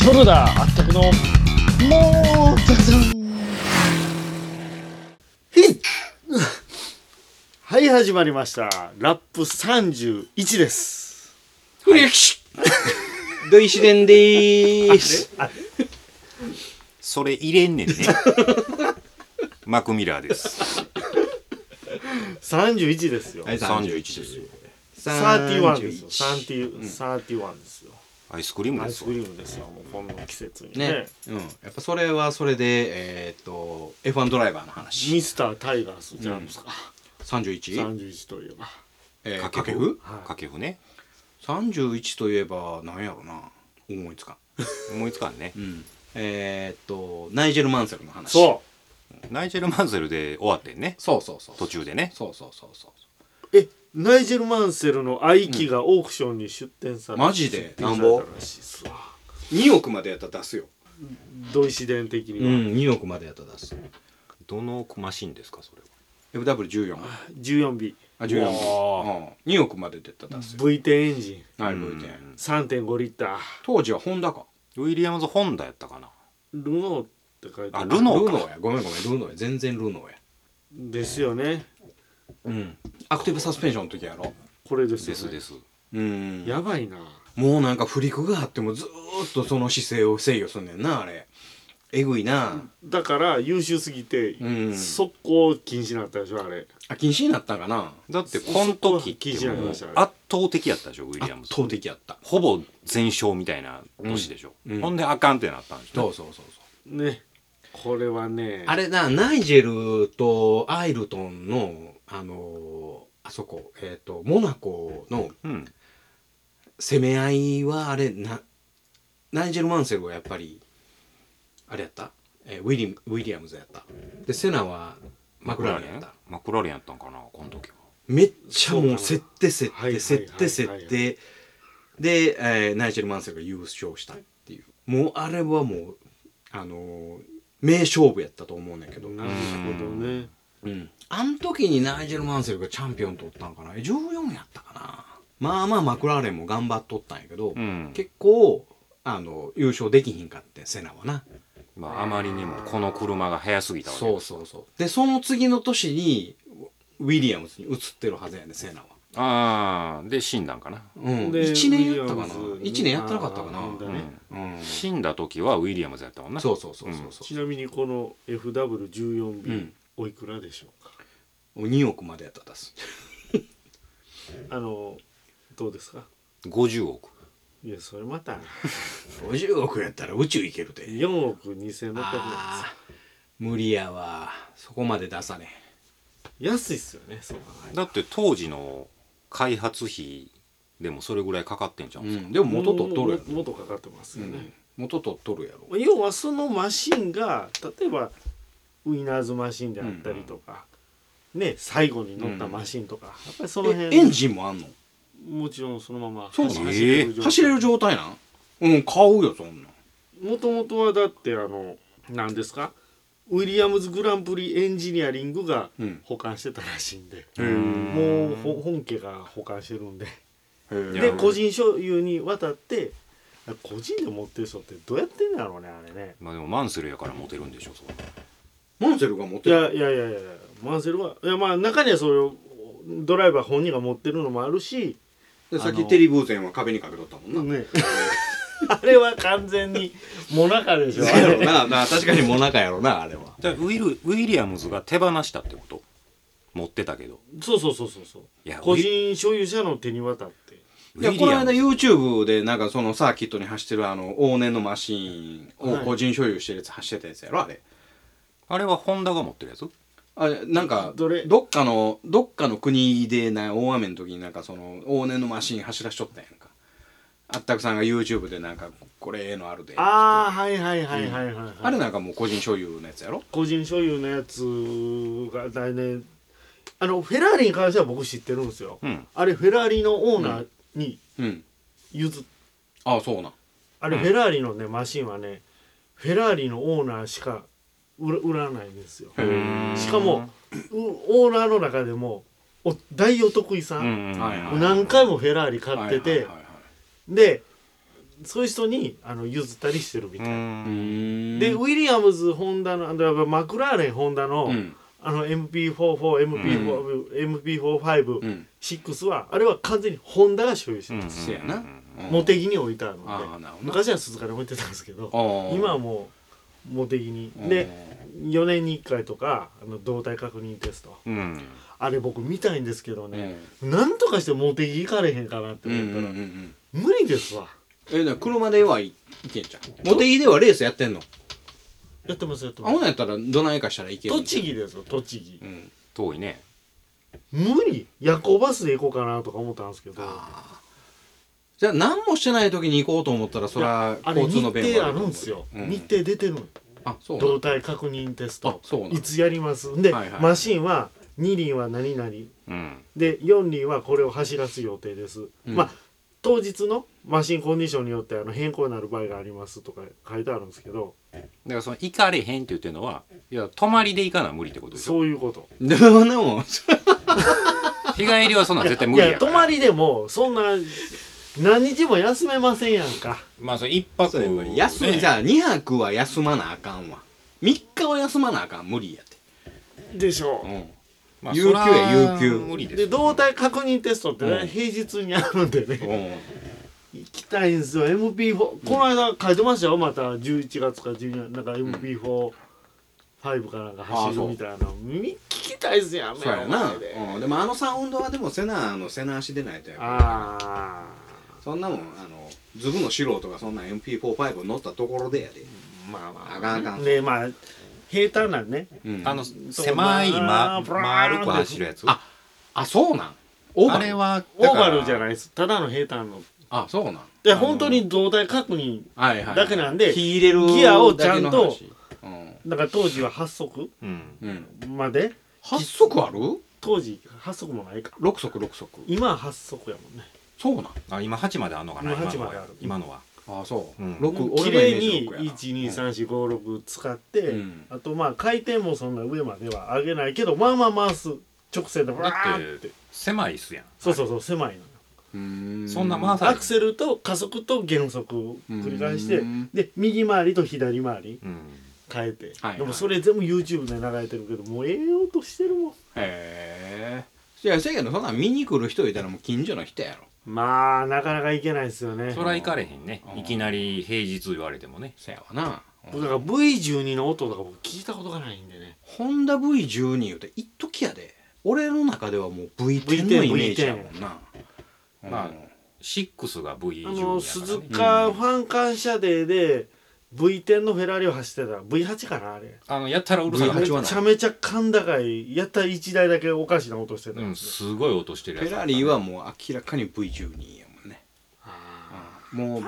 黒田あったくのもうザザンはい始まりましたラップ31です。 フレキシ土井紫伝でーす。 それ入れんねんね。マクミラーです。 31ですよ。 はい、 31ですよ。 31ですよ。31ですよ。 アイスクリームアイスですよ。 クリームですよ。もうこの季節にねね。 うん、やっぱそれはそれでF1 ドライバーの話。 ミスタータイガースじゃないですか。 31？ 31といえば。 掛布？ 掛布ね。 31といえばなんやろな。思いつかん。 思いつかんね。 うん。ナイジェル・マンセルの話。 そナイジェル・マンセルで終わってんね。 そうそうそう。 途中でね。 そう。 ナイジェル・マンセルの愛機がオークションに出展された、 マジで出展されたらしいっすわ。 2億までやったら出すよ。 土井紫伝的には、 うん、2億までやったら出す。 どのマシンですかそれは。 FW14。 14B あ、14。うん。2億まで出たら出すよ。 V10 エンジンはい、V10。 3.5 リッター当時はホンダか。 ウィリアムズ・ホンダやったかな。 ルノーって書いてある。 ルノーか。 ルノーや。ごめん、ルノーや。全然ルノーや。 ですよね。 うん。アクティブサスペンションの時やろ。 これですよね。 です。 うん。 やばいな。 もうなんか不陸があってもずーっとその姿勢を制御すんねんな、あれ。えぐいな。 だから優秀すぎて、 うん速攻禁止になったでしょあれ。 あ、禁止になったんかな。 だってこの時ってもう圧倒的やったでしょウィリアムズ。 圧倒的やった。 ほぼ全勝みたいな年でしょ。ほんであかんってなったんでしょ。 そう。 ね。これはね。 あれな、ナイジェルとアイルトンの、あそこ、モナコのうん。 攻め合いはあれナイジェル・マンセルはやっぱりあれやった、ウィリアムズやった。でセナはマクラーレンやった。 マクラーレンやったんかなこの時は。 めっちゃもう競ってで、ナイジェル・マンセルが優勝したっていう。もうあれはもう名勝負やったと思うねんけど。 なるほどね。 うん。あん時にナイジェル・マンセルがチャンピオン取ったんかな。14やったかな。まあマクラーレンも頑張っとったんやけど、結構優勝できひんかってセナはな。 まああまりにもこの車が速すぎたわけです。 そうでその次の年にウィリアムズに移ってるはずやねセナは。 ああで死んだんかな。 うんで 1年やったかな。1年やってなかったかな。 死んだ時はウィリアムズやったもんな。 そうちなみにこの FW14B、おいくらでしょうか。 2億までやったら出す。 どうですか。 50億。 いやそれまた 50億やったら宇宙行けるで。 4億2600円です。 無理やわ。そこまで出さね安いっすよね。そうだって当時の開発費でもそれぐらいかかってんじゃん、 でも元取っとるやろ。 元かかってますよね。 元取っとるやろ。 要はそのマシンが例えばウィナーズマシンであったりとか、ね最後に乗ったマシンとか、やっぱりその辺エンジンもあんの。 もちろんそのままそう走れる状態なん。買うよそんなん。 もともとはだって何ですか、ウィリアムズグランプリエンジニアリングが保管してたらしいんで、もう本家が保管してるんで、で個人所有に渡って個人で持ってる人ってどうやってんだろうねあれね。 まあでもマンセルやから持てるんでしょ。そうマンセルが持ってる。 いやマンセルはいやまあ中にはそれをドライバー本人が持ってるのもあるし、 でさっきテリー・ブーゼンは壁にかけとったもんな。 ねあれは完全にモナカでしょ。 やろな確かにモナカやろなあれは。 だウィリアムズが手放したってこと。持ってたけど。 そういや個人所有者の手に渡って。 いやこの間 YouTube でなんかそのサーキットに走ってる往年のマシーンを個人所有してるやつ走ってたやつやろあれ。 あれはホンダが持ってるやつ。 あれなんかどっかの国で大雨の時になんかその往年のマシン走らしとったやんか。あったくさんが YouTube でなんかこれええのあるで。 ああはいはい、 あれなんかもう個人所有のやつやろ。 個人所有のやつがだいねフェラーリに関しては僕知ってるんですよ。あれフェラーリのオーナーに譲っああそうなん。 あれフェラーリのねマシンはねフェラーリのオーナーしか売らないんですよ。しかもオーナーの中でも大お得意さん、何回もフェラーリ買ってて、でそういう人に譲ったりしてるみたいな。でウでィリアムズホンダのマクラーレンホンダの、MP44、MP45、6はあれは完全にホンダが所有してるんです。 せやな茂木に置いてあるので、 なるほど昔は鈴鹿に置いてたんですけど、 今今はもう茂木にで4年に1回とか動態確認テスト、あれ僕見たいんですけどね、なんとかして茂木行かれへんかなって思ったら、無理ですわ。 車ではいけんじゃん。茂木ではレースやってんの？ やってますやってあ、 ます。 ほんなんやったらどないかしたらいける。 栃木ですよ栃木。 遠いね。 無理。夜行バスで行こうかなとか思ったんですけど。 じゃあ何もしてない時に行こうと思ったらそれはあれ交通の日程あ便はるんですよ。日程出てるの。 あ、そうなん動態確認テストそうなんいつやりますで、マシンは2輪は何々で4輪はこれを走らす予定です。まあ当日のマシンコンディションによって変更になる場合がありますとか書いてあるんですけど、 だからその行かれへんって言ってるのはいや泊まりで行かな無理ってことでしょ。 そういうこと。 でも日帰りはそんなん絶対無理やから。 いや泊まりでもそんな何日も休めませんやんか。 まあそれ1泊休みじゃあ2泊は休まなあかんわ。3日は休まなあかん無理やってでしょう。 まあ有給や有給無理ですで動態確認テストってね、平日にあるんでね、行きたいんですよ。 MP4 この間書いてましたよ。また11月か12月なんか MP45 かなんか走るみたいなの聞きたいですやん。 そうやな。でもサウンドはでも背中足でないとやあそんなもんズブの素人がそんな MP45 乗ったところでやで。 まああかんあかん。 でまあ平坦なね、 狭い丸く走るやつ。 あ、そうなん。オーバル。 あれはオーバルじゃないです。ただの平坦のあ、そうなん。 で本当に動態確認だけなんで、 火入れるギアをちゃんとうんだから当時は8速まで 8速ある？ 当時8速もないか。 6速今は8速やもんね。 そうなん。 あ今8まであんのかな。 今8まである今のは。 あ、そう 6 綺麗に12345使ってあとまあ回転もそんな上までは上げないけどまあまあ回す直線でバーって狭いっすやん。 そう狭いのそんな回さアクセルと加速と減速を繰り返してで右回りと左回り変えて、でもそれ全部 YouTube で流れてるけどもうええ音してるもん。 へえ。いやせやけどそんなん見に来る人いたらもう近所の人やろ。 まあなかなか行けないですよね。 そら行かれへんね。いきなり平日言われてもね。 そやわな。 だから V12 の音とか僕聞いたことがないんでね。 ホンダ V12 言うて一時やで。俺の中ではもう V10 のイメージやもんな。 まあ6が V12 やからね。 鈴鹿ファン感謝デーで V10 のフェラーリを走ってた V8 かなあれ。 やったらうるさい。 めちゃめちゃ甲高いやったら1台だけおかしな音してたんですよ。 すごい音してるやつ。 フェラーリはもう明らかに V12 やもんね。もう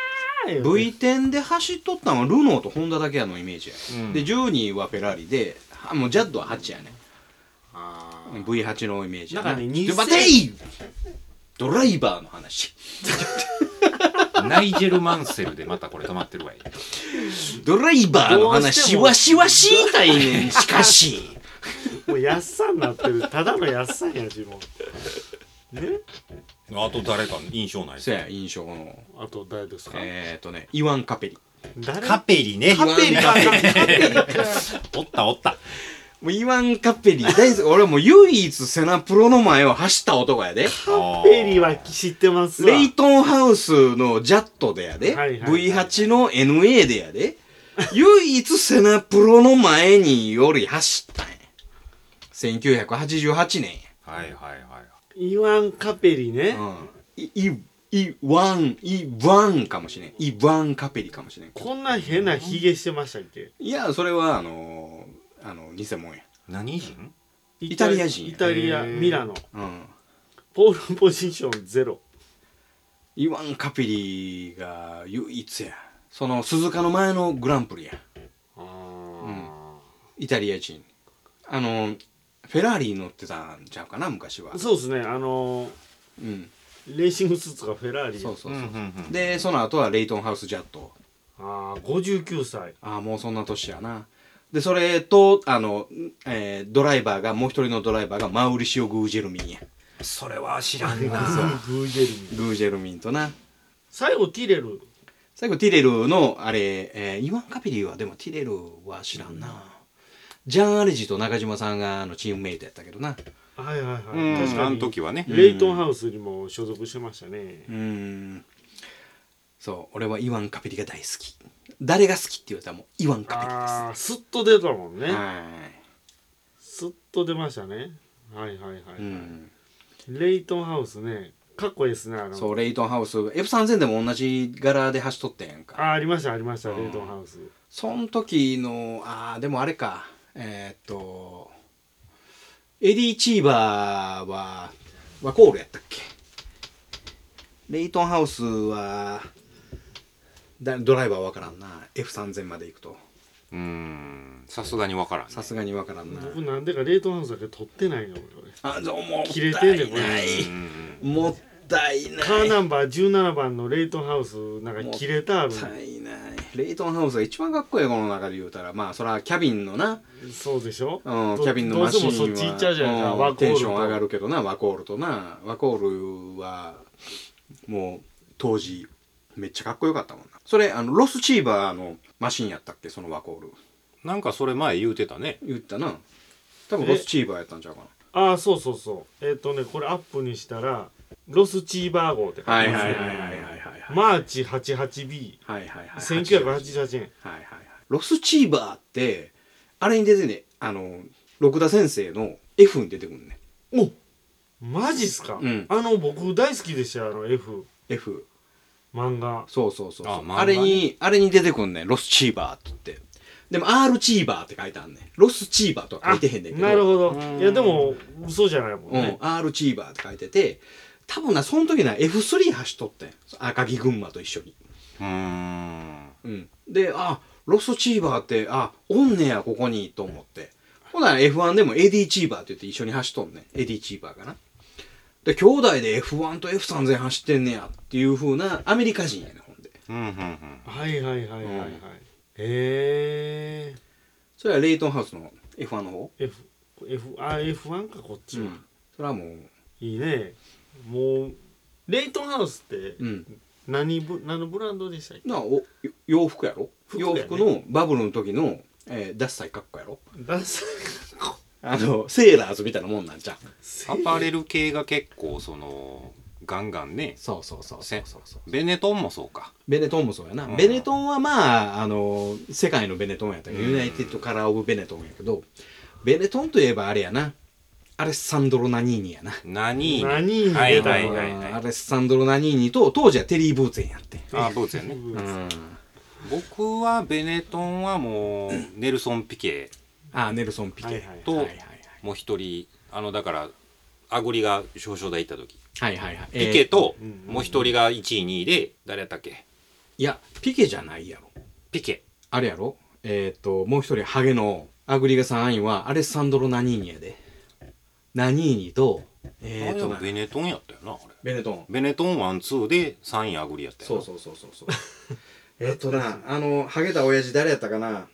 V10 で走っとったのはルノーとホンダだけやのイメージや。で12はフェラーリでもうジャッドは8やね。V8 のイメージやな。 なんかね待ていドライバーの話。 ナイジェル・マンセルでまたこれ止まってるわい。 ドライバーの話はしわしいたいねん。しかしもう安さになってる。ただの安さんやしもうね。 あと誰か印象ない。 そや印象のあと誰ですか。 イワン・カペリ。 カペリね。 カペリかおったもうイワン・カペリ大好き。俺もう唯一セナプロの前を走った男やで。 カペリは知ってますわ。 レイトンハウスのジャットでやで、V8 の NA でやで、唯一セナプロの前により走ったんや。1988年や。 イワン・カペリね。 イワンかもしれん。イワン・カペリかもしれん。 こんな変なヒゲしてましたっけ。 いやそれは偽物や。 何人？ イタリア人や。 イタリアミラノ。ポールポジションゼロ。 イワン・カペリが唯一や。その鈴鹿の前のグランプリや。イタリア人。フェラーリ乗ってたんちゃうかな昔は。 そうですね。レーシングスーツがフェラーリ。 そうでその後はレイトンハウスジャット。 59歳。 もうそんな年やな。でそれとドライバーがもう一人のドライバーがマウリシオ・グージェルミンや。 それは知らんな。 グージェルミン。 グージェルミンとな。 最後ティレル最後ティレルのあれ、イワン・カピリーはでもティレルは知らんな、ジャン・アレジと中島さんがチームメイトやったけどな。 はいはいはい、 確かにあのに時はね。 レイトンハウスにも所属してましたね。 そう俺はイワン・カピリが大好き。誰が好きって言われたらもうイワン・カピリです。 ああスッと出たもんね。 はいスッと出ましたね。はいはいはい、はい、レイトンハウスねかっこいいですね。 そうレイトンハウス F3000 でも同じ柄で走っとったやんか。 ありましたありました、レイトンハウス。 そん時のでもあれかエディ・チーバーはワコールやったっけ。レイトンハウスはドライバーわからんな F3000 まで行くと。 さすがにわからん、ね、 さすがにわからんな。 僕なんでかレイトンハウスだけ取ってないの俺。 も切れてんねんこれ。 もったいない。 カーナンバー17番のレイトンハウスなんか切れたある。 もったいない。レイトンハウスが一番かっこいいこの中で言うたらまあそれはキャビンのな。 そうでしょ、 キャビンのマシンはどうしてもそっち行っちゃうじゃないですか、ワコールとテンション上がるけどなワコールとな。ワコールはもう当時めっちゃかっこよかったもんな。それロスチーバーのマシンやったっけそのワコール。 なんかそれ前言うてたね。 言ったな。多分ロスチーバーやったんちゃうかな。 ああそうそうそう。これアップにしたらロスチーバー号って書いてますね。マーチ 88B、 はいはいはい、 1988円。 はいはいはい。ロスチーバーってあれに出てね六田先生の F に出てくるね。 おマジっすか、僕大好きでしたよF 漫画。 そうあれに出てくるねロスチーバーって言って。でも R チーバーって書いてあるね。ロスチーバーとは書いてへんねんけど。 なるほど。いやでも嘘じゃないもんね。 R チーバーって書いてて多分なその時な F3 走っとってん赤城群馬と一緒に。でロスチーバーっておんねやここにと思って。ほな F1 でもエディ・チーバーって言って一緒に走っとんねん。エディ・チーバーかな。で兄弟で F1 と F3000 走ってんねやっていう風なアメリカ人やねほんで。 はいはいはいはいはい。へえ。 それはレイトンハウスの F1 の方？ F1 かこっちは。 それはもういいね。もうレイトンハウスって何ブランドでしたっけ？ 洋服やろ。洋服のバブルの時のダッサい格好やろ。 ダッサいセーラーズみたいなもんなんじゃん。 アパレル系が結構ガンガンね。 そうベネトンもそうか。 ベネトンもそうやな。ベネトンはまあ世界のベネトンやったけど、ユナイテッドカラーオブベネトンやけど、ベネトンといえばあれやな。アレッサンドロ・ナニーニやな。 ナニーニ。 ナニーニ出たのね。 アレッサンドロ・ナニーニと当時はテリー・ブーツェンやって。 ブーツェンね。僕はベネトンはもうネルソン・ピケ。 ネルソン・ピケともう一人だからアグリが表彰台行った時。ピケともう一人が1位2位で誰やったっけ？ いやピケじゃないやろ。 ピケあれやろ。もう一人ハゲのアグリが3位はアレッサンドロ・ナニーニやで。ナニーニとベネトンやったよな。 ベネトン 1、2で3位アグリやったよな。 そうハゲた親父誰やったかな。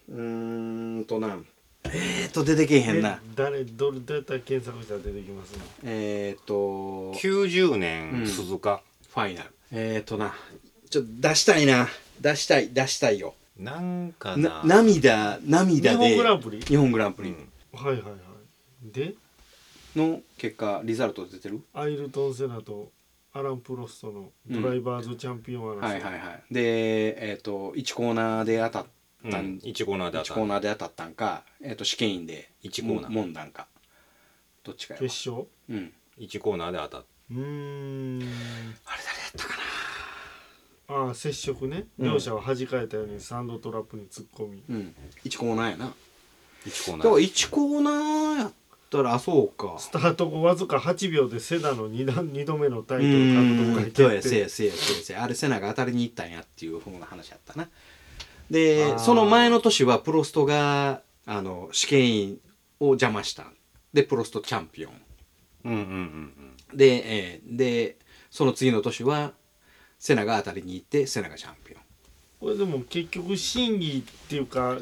出てけえへんな。 どうやったら検索したら出てきますね。 90年鈴鹿ファイナル。ちょっと出したいよ。 なんかな涙で日本グランプリ。 日本グランプリはいはいはいでの結果リザルト出てる。 アイルトン・セナとアラン・プロストのドライバーズチャンピオン争い。 で1コーナーで当たったん 1コーナーで当たったんか試験員で 1コーナーもんだんかどっちかやわ。 決勝 1コーナーで当たった。 あれ誰やったかな。接触ね。両者は弾かれたようにサンドトラップに突っ込み。 1コーナーやな。 1コーナー。 だから1コーナーやったらそうか。 スタート後わずか8秒でセナの2度目のタイトル獲得が決定。 せやあれセナが当たりに行ったんやっていうふうな話やったな。でその前の年はプロストが試験員を邪魔したでプロストチャンピオン、でその次の年はセナが当たりに行ってセナがチャンピオン。 これでも結局審議というか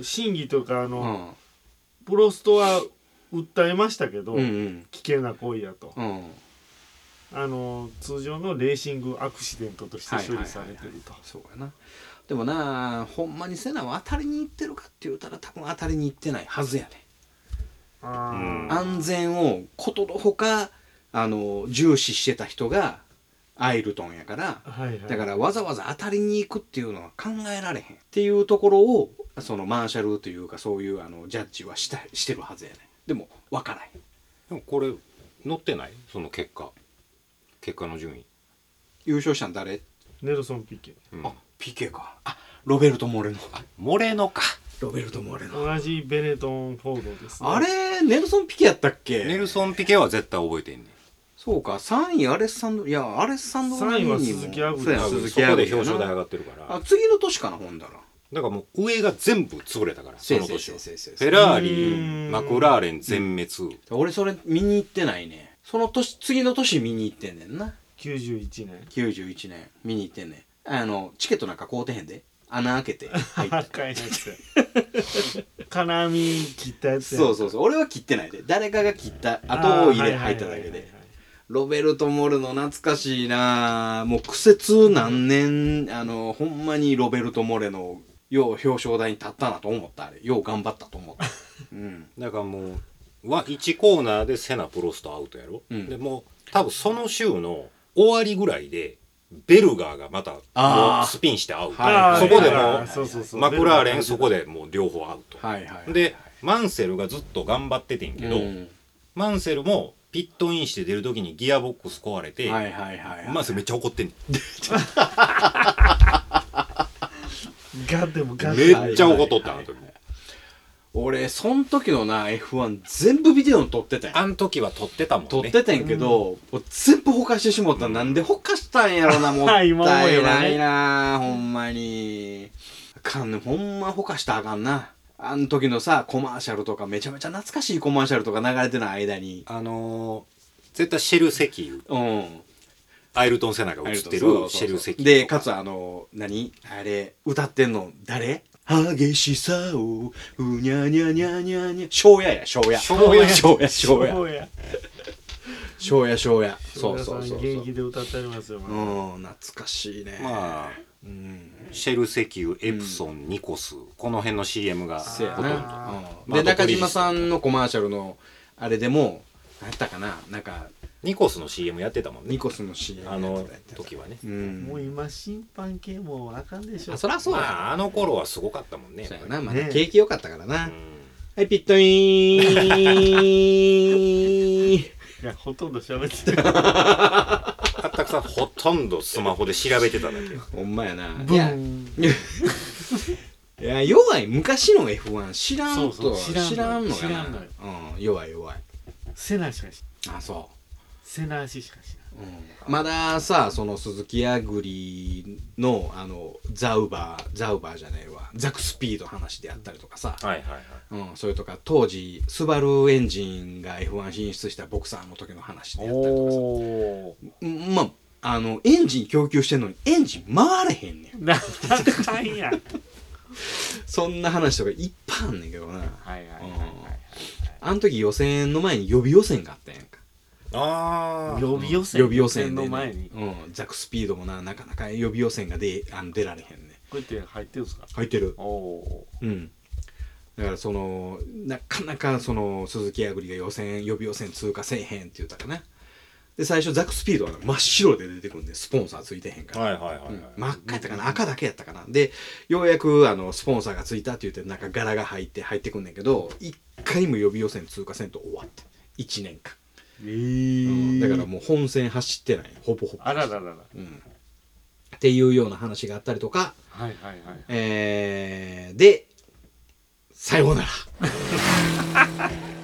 プロストは訴えましたけど、危険な行為やと、 通常のレーシングアクシデントとして処理されてると。 そうやな。でもな、ほんまにセナは当たりに行ってるかって言うたら多分当たりに行ってないはずやね。安全をことのほか重視してた人がアイルトンやから、だからわざわざ当たりに行くっていうのは考えられへんっていうところをそのマーシャルというかそういうジャッジはしてるはずやね。でも分からへん。 でもこれ載ってない？その結果の順位。 優勝したん誰？ ネルソン・ピケ。 あ、ピケか。あ、ロベルト・モレノ。 モレノか。 ロベルト・モレノ。 同じベネトン・フォードですね。 あれネルソン・ピケやったっけ？ ネルソン・ピケは絶対覚えてんねん。 そうか。3位アレッサンドロ 3位は鈴木アグリ。 そこで表彰台上がってるから。 あ、次の年かな、ほんだら。 だからもう上が全部潰れたから、その年は。フェラーリ、マクラーレン全滅。 俺それ見に行ってないね。その年、次の年見に行ってんねんな。 91 年見に行ってんねん。チケットなんか買うてへんで。穴開けて入って。 赤いやつ。金網切ったやつや。 そう。俺は切ってないで。誰かが切った後を入っただけで。ロベルト・モルノ懐かしいな。もう苦節何年、ほんまにロベルト・モレノよう表彰台に立ったなと思った。あれよう頑張ったと思った。 だからもう1コーナーでセナプロストアウトやろ、でもう多分その週の終わりぐらいでベルガーがまたもうスピンしてアウト、そこでもうマクラーレンそこでもう両方アウト、でマンセルがずっと頑張っててんけど、マンセルもピットインして出る時にギアボックス壊れて、マンセルめっちゃ怒ってんねん。めっちゃ怒っとったあの時。 俺そん時のな F1 全部ビデオに撮ってたんや。 あの時は撮ってたもんね。 撮ってたんやけど、全部ほかしてしもった。なんでほかしたんやろな、もったいないな、ほんまに。あかんね、ほんまほかしたらあかんな。あの時のさコマーシャルとかめちゃめちゃ懐かしいコマーシャルとか流れてない間に絶対シェル石油、アイルトン・セナが映ってるシェル石油で、かつ何あれ歌ってんの誰？激しさをうにゃにゃにゃにゃにゃ庄屋そう現役で歌ってありますよ。 懐かしいね。 まあシェル石油、エプソン、ニコス、この辺の CM がほとんど。で中島さんのコマーシャルのあれでも何やったかな、なんかニコスの CM やってたもんね。 ニコスの CM あの時はね。 もう今審判系もあかんでしょ。 そりゃそうや。あの頃はすごかったもんね。 そうやな、まだ景気良かったからな。はい、ピットイーン。 いや、ほとんど喋ってた。 あったくさんほとんどスマホで調べてただけ。 ほんまやな。いや弱い昔の F1 知らんのかな。弱い。 セナしかし。 あ、そう。 セナ足しかしない。 まださ、その鈴木アグリのザウバーじゃないわ、ザクスピード話であったりとかさ、それとか当時スバルエンジンが F1 進出したボクサーの時の話であったりとかさ、まあエンジン供給してんのにエンジン回れへんねん。 なんや。 そんな話とかいっぱいあんねんけどな。あの時予選の前に予備予選があったやんか。 予備予選の前に、 ザクスピードもなかなか予備予選が出られへんね。 こうやって入ってるんですか？ 入ってる。だからなかなか鈴木アグリが予備予選通過せえへんって言ったかな。で最初ザクスピードは真っ白で出てくるんで、スポンサーついてへんから、真っ赤やったかな、赤だけやったかな。でようやくスポンサーがついたって言ってなんか柄が入ってくんねんけど、一回も予備予選通過せんと終わって1年間。だからもう本戦走ってない、ほぼ。 あらららら、 っていうような話があったりとか、でさようなら。